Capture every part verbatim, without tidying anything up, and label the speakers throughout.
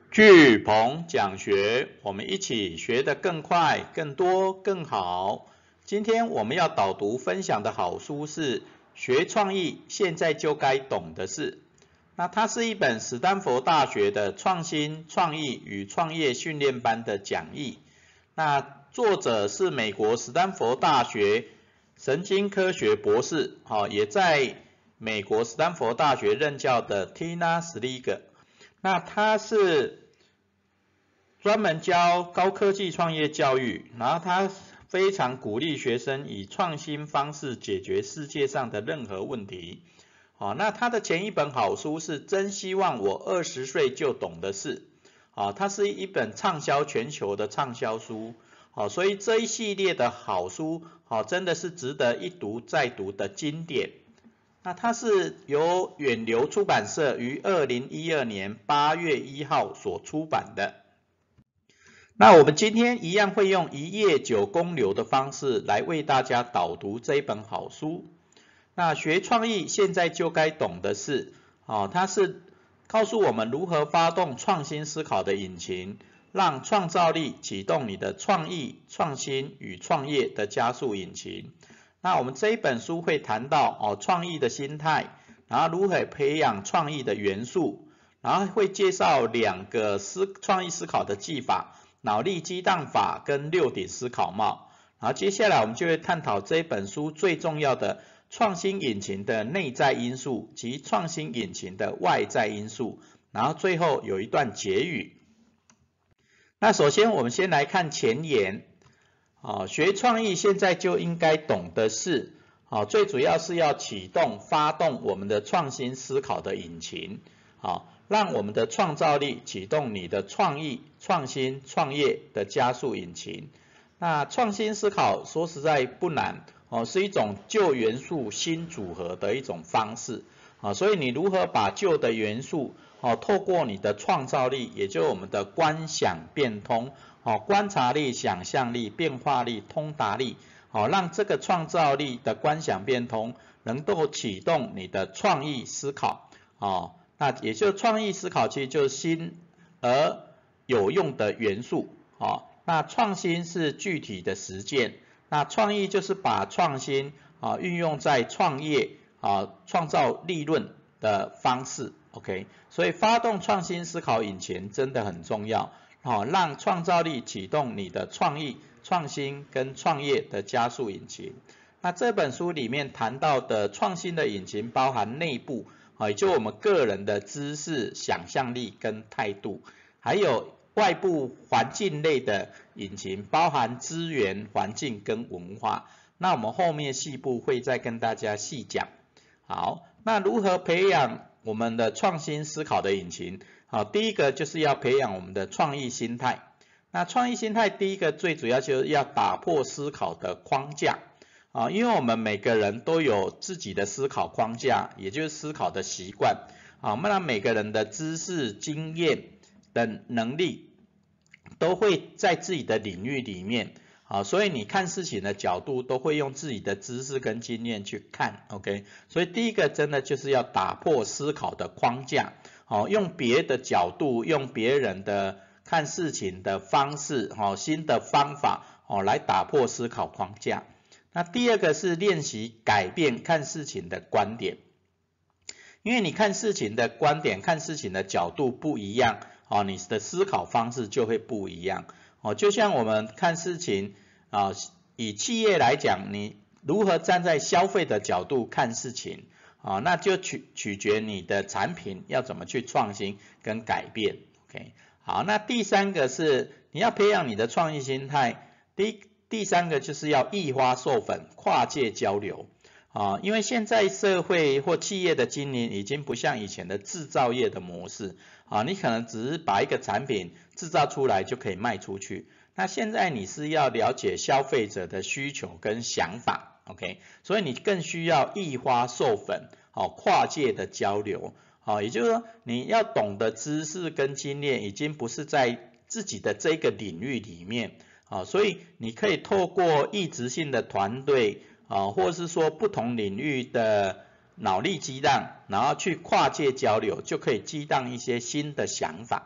Speaker 1: 巨鹏讲学，我们一起学得更快、更多、更好。今天我们要导读分享的好书是《学创意现在就该懂的事》。那它是一本史丹佛大学的创新、创意与创业训练班的讲义。那作者是美国史丹佛大学神经科学博士，好，也在美国史丹佛大学任教的 Tina Sliger。那他是专门教高科技创业教育，然后他非常鼓励学生以创新方式解决世界上的任何问题。好，那他的前一本好书是真希望我二十岁就懂的事。好，它是一本畅销全球的畅销书。好，所以这一系列的好书，好，真的是值得一读再读的经典。那它是由远流出版社于二零一二年八月一号所出版的。那我们今天一样会用一页九公流的方式来为大家导读这一本好书。那学创意现在就该懂的是，哦，它是告诉我们如何发动创新思考的引擎，让创造力启动你的创意、创新与创业的加速引擎。那我们这一本书会谈到哦创意的心态，然后如何培养创意的元素，然后会介绍两个思创意思考的技法，脑力激荡法跟六顶思考帽。然后接下来我们就会探讨这一本书最重要的创新引擎的内在因素及创新引擎的外在因素，然后最后有一段结语。那首先我们先来看前言。哦，学创意现在就应该懂的是，哦，最主要是要启动、发动我们的创新思考的引擎，哦，让我们的创造力启动你的创意、创新、创业的加速引擎。那创新思考说实在不难，哦，是一种旧元素新组合的一种方式，啊，所以你如何把旧的元素，哦，透过你的创造力，也就是我们的观想变通。好，观察力、想象力、变化力、通达力，好，让这个创造力的观想变通，能够启动你的创意思考，哦，那也就是创意思考其实就是新而有用的元素，哦，那创新是具体的实践，那创意就是把创新啊运用在创业啊创造利润的方式 ，OK， 所以发动创新思考引擎真的很重要。好，让创造力启动你的创意、创新跟创业的加速引擎。那这本书里面谈到的创新的引擎包含内部，啊，也就我们个人的知识、想象力跟态度，还有外部环境类的引擎，包含资源、环境跟文化。那我们后面细部会再跟大家细讲。好，那如何培养我们的创新思考的引擎？好，第一个就是要培养我们的创意心态。那创意心态第一个最主要就是要打破思考的框架啊，因为我们每个人都有自己的思考框架，也就是思考的习惯啊。那每个人的知识、经验的能力都会在自己的领域里面啊，所以你看事情的角度都会用自己的知识跟经验去看 ，OK？ 所以第一个真的就是要打破思考的框架。好，用别的角度，用别人的看事情的方式，好，新的方法，哦，来打破思考框架。那第二个是练习改变看事情的观点，因为你看事情的观点、看事情的角度不一样，哦，你的思考方式就会不一样。哦，就像我们看事情，啊，以企业来讲，你如何站在消费的角度看事情？啊，那就取取决你的产品要怎么去创新跟改变 ，OK？ 好，那第三个是你要培养你的创意心态，第第三个就是要异花授粉，跨界交流啊，因为现在社会或企业的经营已经不像以前的制造业的模式啊，你可能只是把一个产品制造出来就可以卖出去，那现在你是要了解消费者的需求跟想法。OK， 所以你更需要异花授粉，好，跨界的交流，好，也就是说你要懂得知识跟经验已经不是在自己的这个领域里面，好，所以你可以透过异质性的团队，啊，或者是说不同领域的脑力激荡，然后去跨界交流，就可以激荡一些新的想法。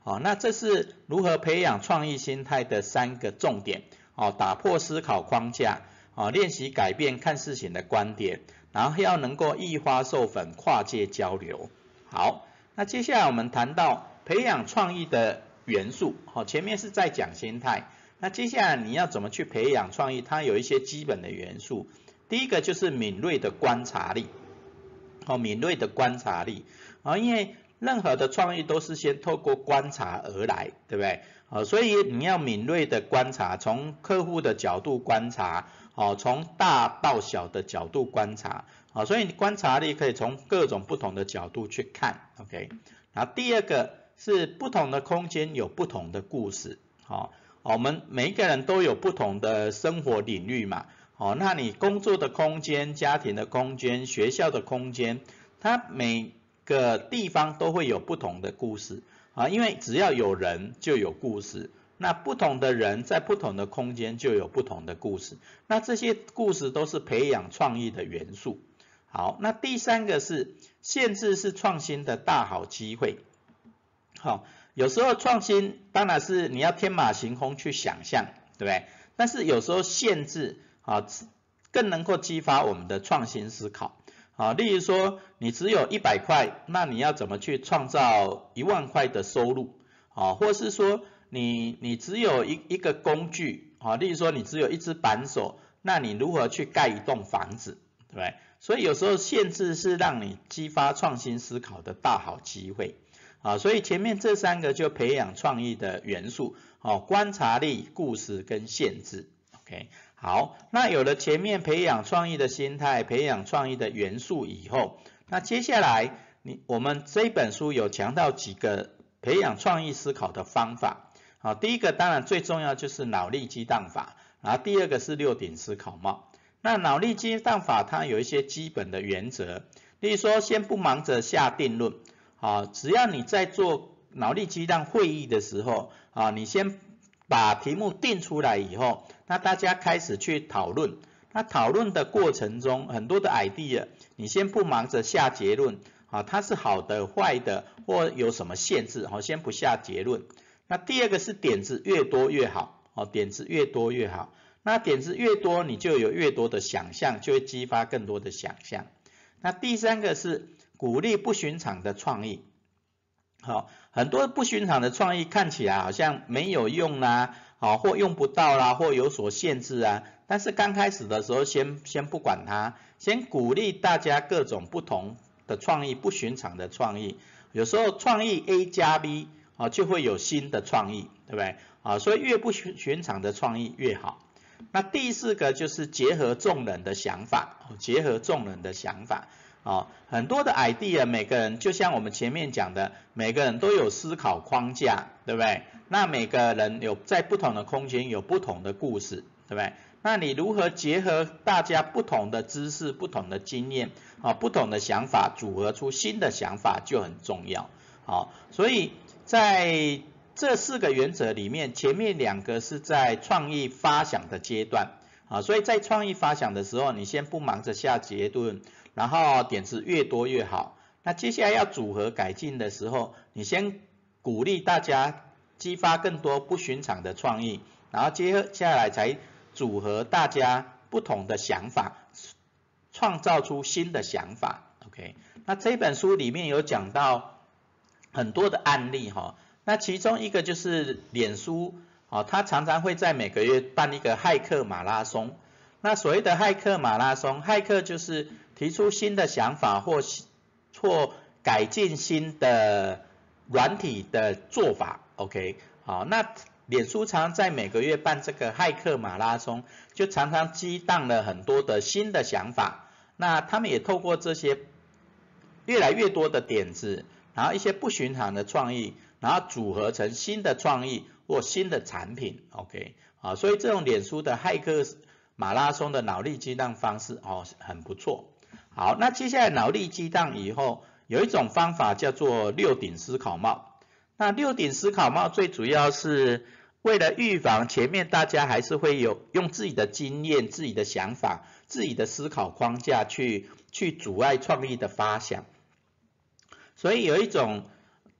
Speaker 1: 好，那这是如何培养创意心态的三个重点。哦，打破思考框架，哦，练习改变看事情的观点，然后要能够易花授粉，跨界交流。好，那接下来我们谈到培养创意的元素。好，前面是在讲心态，那接下来你要怎么去培养创意？它有一些基本的元素。第一个就是敏锐的观察力。哦，敏锐的观察力。啊，因为任何的创意都是先透过观察而来，对不对？啊，所以你要敏锐的观察，从客户的角度观察，哦，从大到小的角度观察，啊，所以你观察力可以从各种不同的角度去看 ，OK。然后第二个是不同的空间有不同的故事，好，我们每一个人都有不同的生活领域嘛，哦，那你工作的空间、家庭的空间、学校的空间，它每个地方都会有不同的故事啊，因为只要有人就有故事，那不同的人在不同的空间就有不同的故事，那这些故事都是培养创意的元素。好，那第三个是限制是创新的大好机会。好，有时候创新当然是你要天马行空去想象，对不对？但是有时候限制啊，更能够激发我们的创新思考。啊，例如说你只有一百块，那你要怎么去创造一万块的收入？啊，或是说你你只有一一个工具，啊，例如说你只有一只扳手，那你如何去盖一栋房子，对不对？所以有时候限制是让你激发创新思考的大好机会。啊，所以前面这三个就培养创意的元素，哦，观察力、故事跟限制 ，OK。好，那有了前面培养创意的心态、培养创意的元素以后，那接下来你我们这本书有强调几个培养创意思考的方法。好，第一个当然最重要就是脑力激荡法，然后第二个是六顶思考帽。那脑力激荡法它有一些基本的原则，例如说先不忙着下定论，啊，只要你在做脑力激荡会议的时候，啊，你先把题目定出来以后，那大家开始去讨论。那讨论的过程中，很多的 idea， 你先不忙着下结论，啊，它是好的、坏的，或有什么限制，好，先不下结论。那第二个是点子越多越好，哦，点子越多越好。那点子越多，你就有越多的想象，就会激发更多的想象。那第三个是鼓励不寻常的创意。好，很多不寻常的创意看起来好像没有用啦，好，或用不到啦，或有所限制啊。但是刚开始的时候先先不管它，先鼓励大家各种不同的创意，不寻常的创意。有时候创意 A 加 B 啊，就会有新的创意，对不对？啊，所以越不寻寻常的创意越好。那第四个就是结合众人的想法，结合众人的想法。哦，很多的 idea， 每个人就像我们前面讲的，每个人都有思考框架，对不对？那每个人有在不同的空间有不同的故事，对不对？那你如何结合大家不同的知识、不同的经验啊、不同的想法，组合出新的想法就很重要。好，所以在这四个原则里面，前面两个是在创意发想的阶段啊，所以在创意发想的时候，你先不忙着下结论。然后点子越多越好。那接下来要组合改进的时候，你先鼓励大家激发更多不寻常的创意，然后接下来才组合大家不同的想法，创造出新的想法。OK， 那这本书里面有讲到很多的案例哈，那其中一个就是脸书啊，它常常会在每个月办一个骇客马拉松。那所谓的骇客马拉松，骇客就是提出新的想法或或改进新的软体的做法 ，OK， 好，那脸书常在每个月办这个骇客马拉松，就常常激荡了很多的新的想法，那他们也透过这些越来越多的点子，然后一些不寻常的创意，然后组合成新的创意或新的产品 ，OK， 好，所以这种脸书的骇客马拉松的脑力激荡方式哦很不错。好，那接下来脑力激荡以后，有一种方法叫做六顶思考帽。那六顶思考帽最主要是为了预防前面大家还是会有用自己的经验、自己的想法、自己的思考框架去去阻碍创意的发想。所以有一种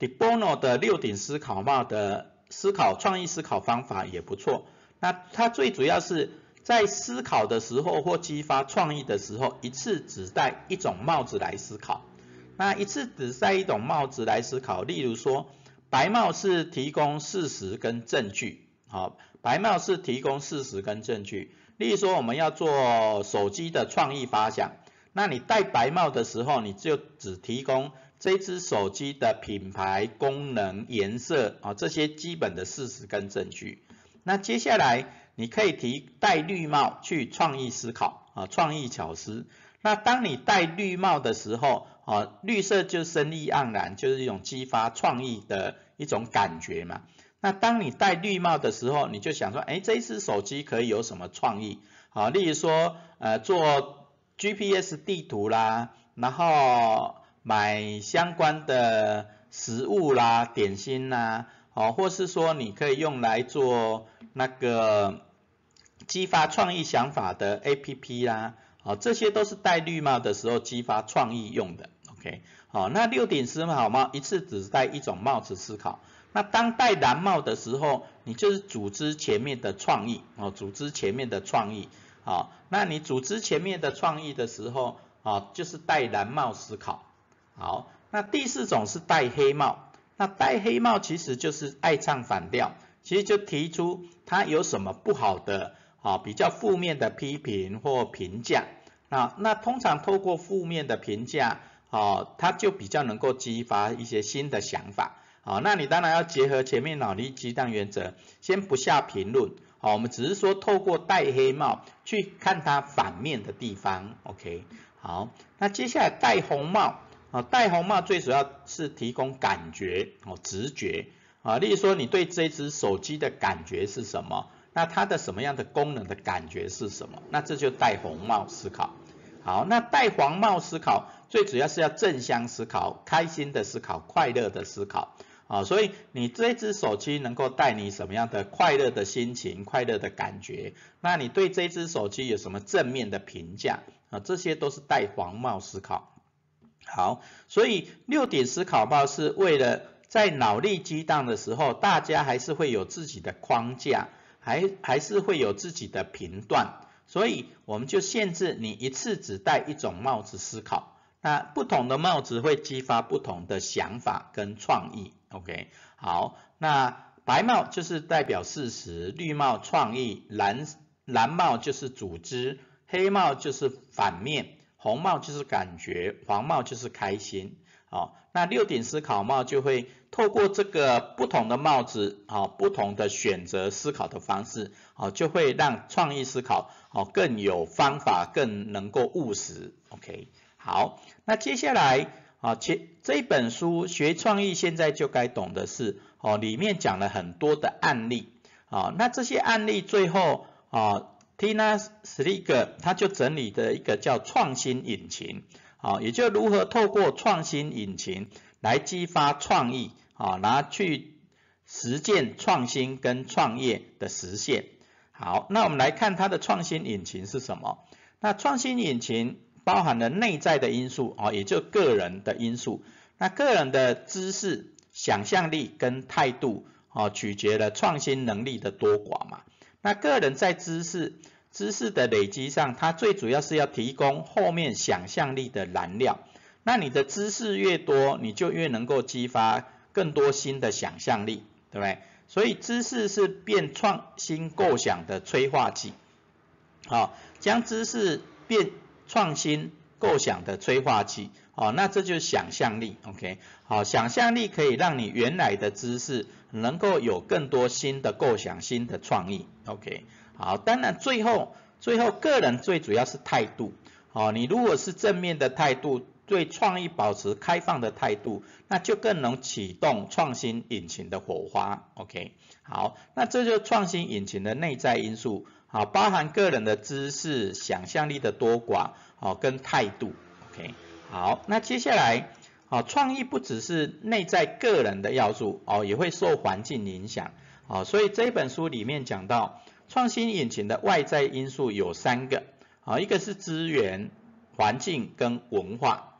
Speaker 1: De Bono 的六顶思考帽的思考创意思考方法也不错。那它最主要是在思考的时候或激发创意的时候，一次只戴一种帽子来思考。那一次只戴一种帽子来思考，例如说白帽是提供事实跟证据，好，白帽是提供事实跟证据。例如说我们要做手机的创意发想，那你戴白帽的时候，你就只提供这只手机的品牌、功能、颜色啊这些基本的事实跟证据。那接下来你可以提戴绿帽去创意思考啊，创意巧思。那当你戴绿帽的时候啊，绿色就生意盎然，就是一种激发创意的一种感觉嘛。那当你戴绿帽的时候，你就想说，哎，这一只手机可以有什么创意？好，例如说，呃，做 G P S 地图啦，然后买相关的食物啦、点心啦，好，或是说你可以用来做那个激发创意想法的 A P P 啦，好，这些都是戴绿帽的时候激发创意用的。OK， 好，那六顶思考帽一次只戴一种帽子思考。那当戴蓝帽的时候，你就是组织前面的创意哦，组织前面的创意。好，那你组织前面的创意的时候，啊，就是戴蓝帽思考。好，那第四种是戴黑帽。那戴黑帽其实就是爱唱反调，其实就提出它有什么不好的，啊，比较负面的批评或评价。啊，那通常透过负面的评价，啊，它就比较能够激发一些新的想法。好，那你当然要结合前面脑力激荡原则，先不下评论。好，我们只是说透过戴黑帽去看它反面的地方。OK， 好，那接下来戴红帽。啊，戴红帽最主要是提供感觉，哦，直觉。啊，例如说你对这只手机的感觉是什么？那它的什么样的功能的感觉是什么？那这就戴红帽思考。好，那戴黄帽思考，最主要是要正向思考、开心的思考、快乐的思考。啊，所以你这只手机能够带你什么样的快乐的心情、快乐的感觉？那你对这只手机有什么正面的评价？啊，这些都是戴黄帽思考。好，所以六顶思考帽是为了在脑力激荡的时候，大家还是会有自己的框架，还还是会有自己的评断，所以我们就限制你一次只戴一种帽子思考。那不同的帽子会激发不同的想法跟创意。OK， 好，那白帽就是代表事实，绿帽创意，蓝蓝帽就是组织，黑帽就是反面，红帽就是感觉，黄帽就是开心。好，那六顶思考帽就会透过这个不同的帽子，好，不同的选择思考的方式，好，就会让创意思考好更有方法，更能够务实。OK。好，那接下来啊，这这本书学创意现在就该懂的是哦，里面讲了很多的案例啊，那这些案例最后啊 ，Tina Slig 他就整理的一个叫创新引擎啊，也就如何透过创新引擎来激发创意啊，拿去实践创新跟创业的实现。好，那我们来看它的创新引擎是什么？那创新引擎包含了内在的因素啊，也就个人的因素。那个人的知识、想象力跟态度啊，取决了创新能力的多寡嘛。那个人在知识知识的累积上，它最主要是要提供后面想象力的燃料。那你的知识越多，你就越能够激发更多新的想象力，对不对？所以知识是变创新构想的催化剂。好，将知识变创新构想的催化剂，好，那这就是想象力 ，OK， 好，想象力可以让你原来的知识能够有更多新的构想、新的创意 ，OK， 好，当然最后最后个人最主要是态度，好，你如果是正面的态度，对创意保持开放的态度，那就更能启动创新引擎的火花 ，OK， 好，那这就是创新引擎的内在因素。好，包含个人的知识、想象力的多寡，好，跟态度 ，OK， 好，那接下来，好，创意不只是内在个人的要素，哦，也会受环境影响，好，所以这本书里面讲到，创新引擎的外在因素有三个，好，一个是资源、环境跟文化，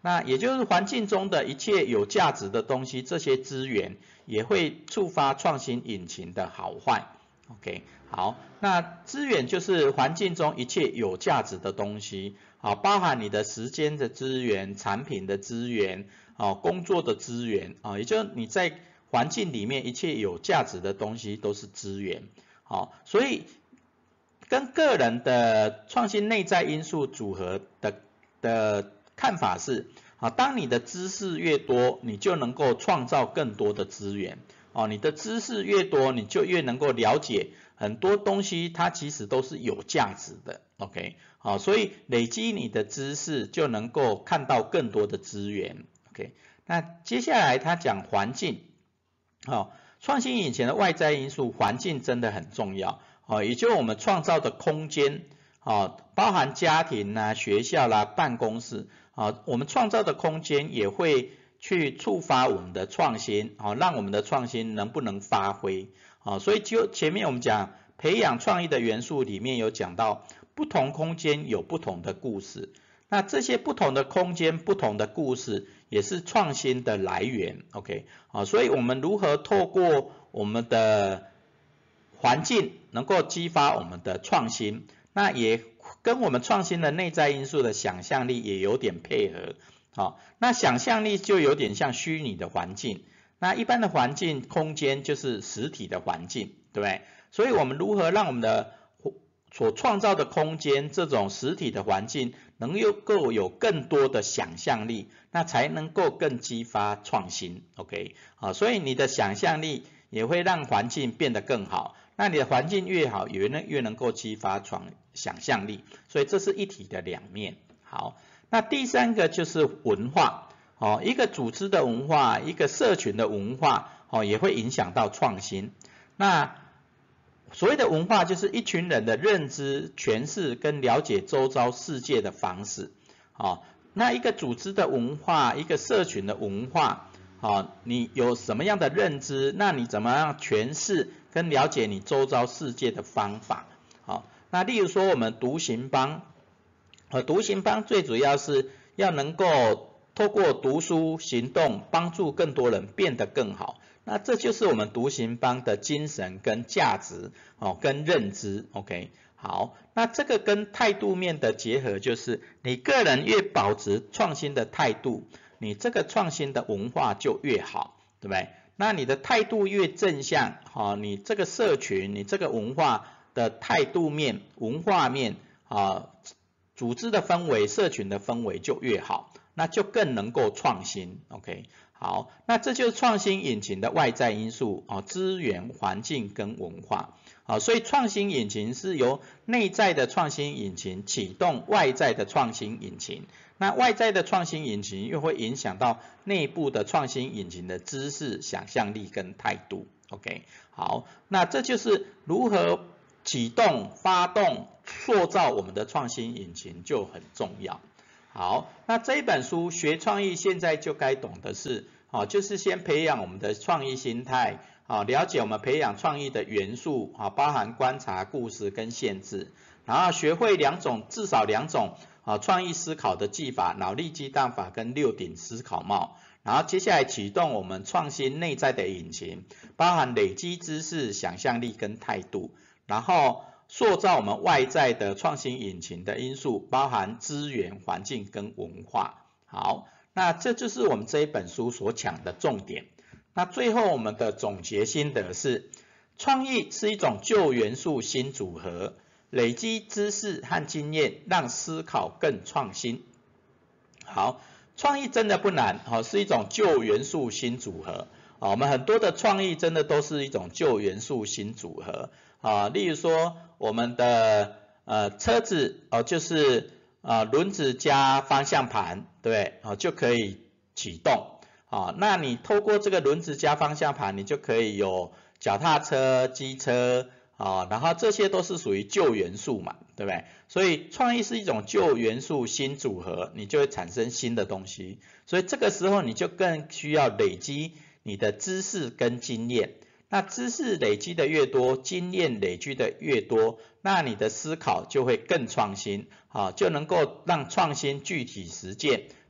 Speaker 1: 那也就是环境中的一切有价值的东西，这些资源也会触发创新引擎的好坏。OK， 好，那资源就是环境中一切有价值的东西，啊，包含你的时间的资源、产品的资源、啊，工作的资源，啊，也就是你在环境里面一切有价值的东西都是资源，好，所以跟个人的创新内在因素组合的的看法是，啊，当你的知识越多，你就能够创造更多的资源。哦，你的知识越多，你就越能够了解很多东西，它其实都是有价值的。OK， 好，所以累积你的知识，就能够看到更多的资源。OK， 那接下来他讲环境，好，创新引擎的外在因素，环境真的很重要。哦，也就是我们创造的空间，哦，包含家庭啦、学校啦、办公室，啊，我们创造的空间也会去触发我们的创新，啊，让我们的创新能不能发挥，啊，所以就前面我们讲培养创意的元素里面有讲到，不同空间有不同的故事，那这些不同的空间、不同的故事也是创新的来源 ，OK， 啊，所以我们如何透过我们的环境能够激发我们的创新，那也跟我们创新的内在因素的想象力也有点配合。好，那想象力就有点像虚拟的环境，那一般的环境空间就是实体的环境，对不对？所以我们如何让我们的所创造的空间这种实体的环境能够有更多的想象力，那才能够更激发创新 ，OK， 好，所以你的想象力也会让环境变得更好，那你的环境越好，越能越能够激发创想象力，所以这是一体的两面。好，那第三个就是文化，哦，一个组织的文化，一个社群的文化，哦，也会影响到创新。那所谓的文化，就是一群人的认知、诠释跟了解周遭世界的方式。哦，那一个组织的文化，一个社群的文化，哦，你有什么样的认知？那你怎么样诠释跟了解你周遭世界的方法？好，那例如说我们读行帮，呃，读行帮最主要是要能够透过读书行动，帮助更多人变得更好。那这就是我们读行帮的精神跟价值哦，跟认知 ，OK， 好，那这个跟态度面的结合，就是你个人越保持创新的态度，你这个创新的文化就越好，对不对？那你的态度越正向，好，你这个社群，你这个文化的态度面、文化面啊，组织的氛围、社群的氛围就越好，那就更能够创新 ，OK。好，那这就是创新引擎的外在因素啊，资源、环境跟文化。啊，所以创新引擎是由内在的创新引擎启动外在的创新引擎，那外在的创新引擎又会影响到内部的创新引擎的知识、想象力跟态度。OK， 好，那这就是如何启动、发动、塑造我们的创新引擎就很重要。好，那这一本书学创意现在就该懂的是，啊，就是先培养我们的创意心态，啊，了解我们培养创意的元素，啊，包含观察、故事跟限制，然后学会两种至少两种啊创意思考的技法，脑力激荡法跟六顶思考帽，然后接下来启动我们创新内在的引擎，包含累积知识、想象力跟态度，然后塑造我们外在的创新引擎的因素，包含资源、环境跟文化。好，那这就是我们这一本书所讲的重点。那最后我们的总结心得是，创意是一种旧元素新组合，累积知识和经验，让思考更创新。好，创意真的不难，好，是一种旧元素新组合。啊，我们很多的创意真的都是一种旧元素新组合。啊，例如说我们的呃车子哦，就是啊轮子加方向盘，对不对？哦，就可以启动。啊，那你透过这个轮子加方向盘，你就可以有脚踏车、机车，啊，然后这些都是属于旧元素嘛，对不对？所以创意是一种旧元素新组合，你就会产生新的东西。所以这个时候你就更需要累积你的知识跟经验。那知识累积的越多，经验累积的越多，那你的思考就会更创新，啊，就能够让创新具体实践，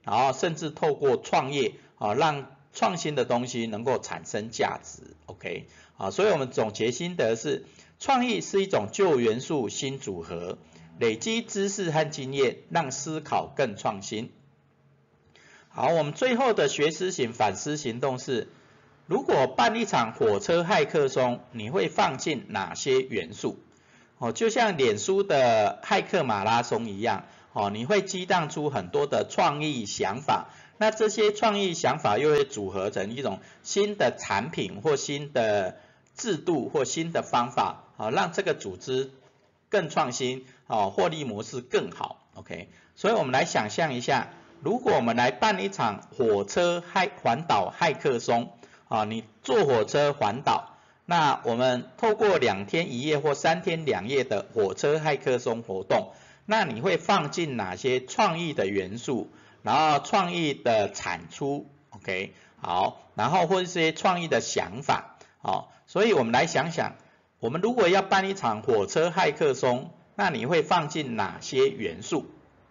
Speaker 1: 然后甚至透过创业啊，让创新的东西能够产生价值 ，OK， 啊，所以我们总结心得是，创意是一种旧元素新组合，累积知识和经验，让思考更创新。好，我们最后的学思行反思行动是，如果办一场火车骇客松，你会放进哪些元素？哦，就像脸书的骇客马拉松一样，哦，你会激荡出很多的创意想法。那这些创意想法又会组合成一种新的产品或新的制度或新的方法，好，让这个组织更创新，哦，获利模式更好 ，OK。所以我们来想象一下，如果我们来办一场火车骇环岛骇客松，啊，你坐火车环岛，那我们透过两天一夜或三天两夜的火车骇客松活动，那你会放进哪些创意的元素？然后创意的产出 ，OK， 好，然后或者是一些创意的想法，好，所以我们来想想，我们如果要办一场火车骇客松，那你会放进哪些元素？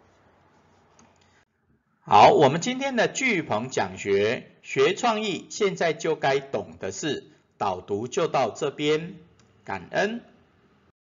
Speaker 1: 好，我们今天的巨鹏讲学学创意，现在就该懂的事，导读就到这边，感恩。